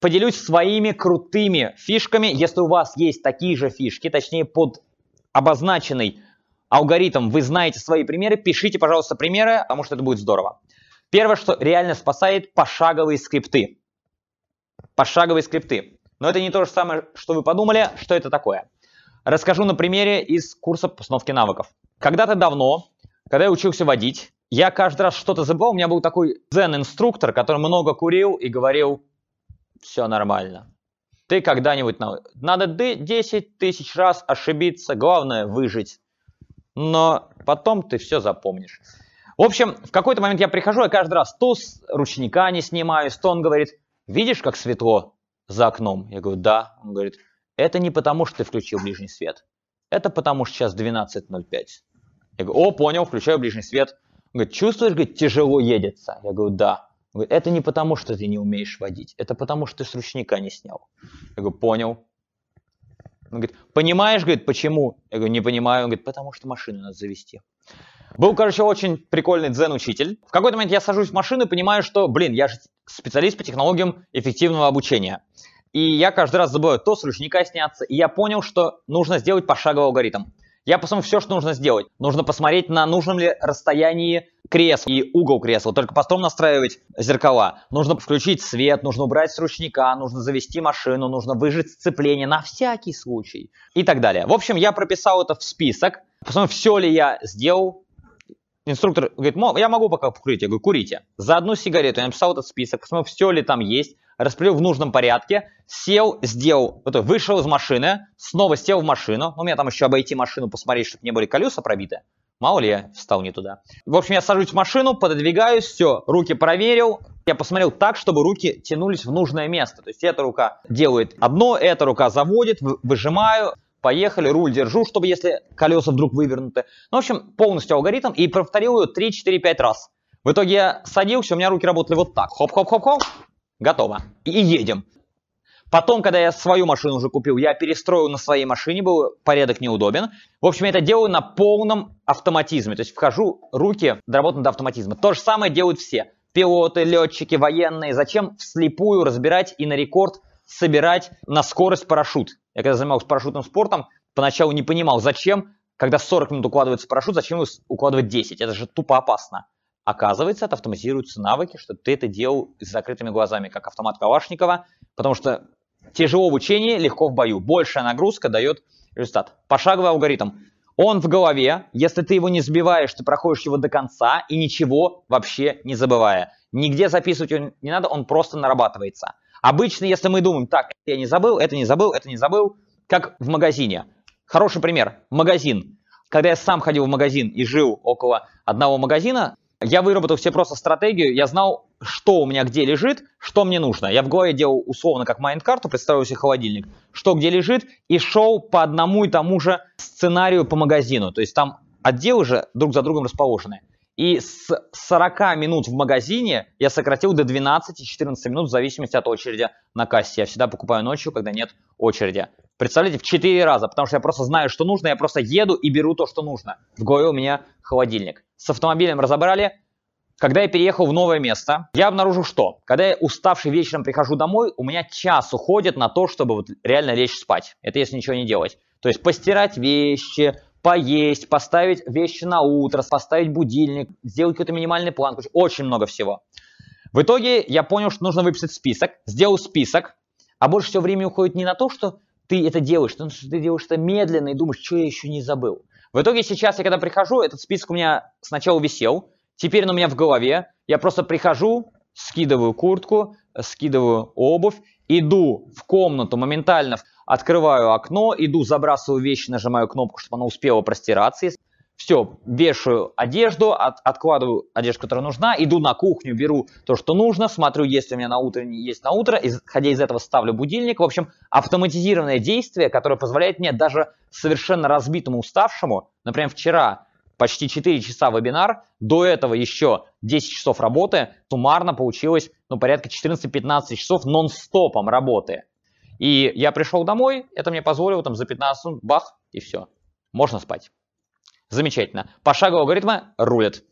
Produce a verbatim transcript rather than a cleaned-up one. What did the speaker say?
поделюсь своими крутыми фишками. Если у вас есть такие же фишки, точнее под обозначенный алгоритм вы знаете свои примеры, пишите, пожалуйста, примеры, потому что это будет здорово. Первое, что реально спасает, пошаговые скрипты. Пошаговые скрипты. Но это не то же самое, что вы подумали. Что это такое? Расскажу на примере из курса постановки навыков. Когда-то давно, когда я учился водить, я каждый раз что-то забывал. У меня был такой дзен-инструктор, который много курил и говорил: все нормально. Ты когда-нибудь... Надо десять тысяч раз ошибиться, главное выжить. Но потом ты все запомнишь. В общем, в какой-то момент я прихожу, и каждый раз то с ручника не снимаюсь, то он говорит: видишь, как светло за окном? Я говорю: да. Он говорит: это не потому, что ты включил ближний свет. Это потому, что сейчас двенадцать ноль пять. Я говорю: о, понял, включаю ближний свет. Он говорит: чувствуешь, говорит, тяжело едется? Я говорю: да. Он говорит: это не потому, что ты не умеешь водить. Это потому, что ты с ручника не снял. Я говорю: понял. Он говорит: понимаешь, говорит, почему? Я говорю: не понимаю. Он говорит: потому что машину надо завести. Был, короче, очень прикольный дзен-учитель. В какой-то момент я сажусь в машину и понимаю, что, блин, я же специалист по технологиям эффективного обучения. И я каждый раз забываю то с ручника сняться. И я понял, что нужно сделать пошаговый алгоритм. Я посмотрел все, что нужно сделать. Нужно посмотреть, на нужном ли расстоянии кресла и угол кресла. Только потом настраивать зеркала. Нужно включить свет, нужно убрать с ручника, нужно завести машину, нужно выжать сцепление на всякий случай. И так далее. В общем, я прописал это в список. Посмотрел, все ли я сделал. Инструктор говорит: я могу пока покурить. Я говорю: курите. За одну сигарету я написал этот список. Посмотрел, все ли там есть. Распределил в нужном порядке, сел, сделал, вышел из машины, снова сел в машину. У меня там еще обойти машину, посмотреть, чтобы не были колеса пробиты. Мало ли я встал не туда. В общем, я сажусь в машину, пододвигаюсь, все, руки проверил. Я посмотрел так, чтобы руки тянулись в нужное место. То есть эта рука делает одно, эта рука заводит, выжимаю. Поехали, руль держу, чтобы если колеса вдруг вывернуты. Ну, в общем, полностью алгоритм. И повторил ее три, четыре, пять раз. В итоге я садился, у меня руки работали вот так. Хоп-хоп-хоп-хоп. Готово. И едем. Потом, когда я свою машину уже купил, я перестроил на своей машине, был порядок неудобен. В общем, я это делаю на полном автоматизме. То есть вхожу, руки доработаны до автоматизма. То же самое делают все. Пилоты, летчики, военные. Зачем вслепую разбирать и на рекорд собирать на скорость парашют? Я когда занимался парашютным спортом, поначалу не понимал, зачем, когда сорок минут укладывается парашют, зачем его укладывать десять? Это же тупо опасно. Оказывается, это автоматизируются навыки, чтобы ты это делал с закрытыми глазами, как автомат Калашникова, потому что тяжело в учении, легко в бою. Большая нагрузка дает результат. Пошаговый алгоритм. Он в голове, если ты его не сбиваешь, ты проходишь его до конца и ничего вообще не забывая. Нигде записывать его не надо, он просто нарабатывается. Обычно, если мы думаем: так, я не забыл, это не забыл, это не забыл, как в магазине. Хороший пример. Магазин. Когда я сам ходил в магазин и жил около одного магазина, я выработал себе просто стратегию, я знал, что у меня где лежит, что мне нужно. Я в голове делал условно как майнд-карту, представил себе холодильник, что где лежит, и шел по одному и тому же сценарию по магазину. То есть там отделы же друг за другом расположены. И с сорока минут в магазине я сократил до двенадцати-четырнадцати минут в зависимости от очереди на кассе. Я всегда покупаю ночью, когда нет очереди. Представляете, в четыре раза, потому что я просто знаю, что нужно, я просто еду и беру то, что нужно. В голове у меня холодильник. С автомобилем разобрали. Когда я переехал в новое место, я обнаружил, что когда я уставший вечером прихожу домой, у меня час уходит на то, чтобы вот реально лечь спать. Это если ничего не делать. То есть постирать вещи, поесть, поставить вещи на утро, поставить будильник, сделать какой-то минимальный план. Очень много всего. В итоге я понял, что нужно выписать список. Сделал список, а больше всего времени уходит не на то, что ты это делаешь, потому что ты делаешь это медленно и думаешь, что я еще не забыл. В итоге сейчас я когда прихожу, этот список у меня сначала висел, теперь он у меня в голове. Я просто прихожу, скидываю куртку, скидываю обувь, иду в комнату, моментально открываю окно, иду, забрасываю вещи, нажимаю кнопку, чтобы она успела простираться. Все, вешаю одежду, от, откладываю одежду, которая нужна, иду на кухню, беру то, что нужно, смотрю, если у меня на утро не есть на утро, исходя из этого ставлю будильник. В общем, автоматизированное действие, которое позволяет мне даже совершенно разбитому, уставшему, например, вчера почти четыре часа вебинар, до этого еще десять часов работы, суммарно получилось ну, порядка четырнадцать-пятнадцать часов нон-стопом работы. И я пришел домой, это мне позволило там за пятнадцать минут, бах, и все, можно спать. Замечательно. Пошаговые алгоритмы рулят.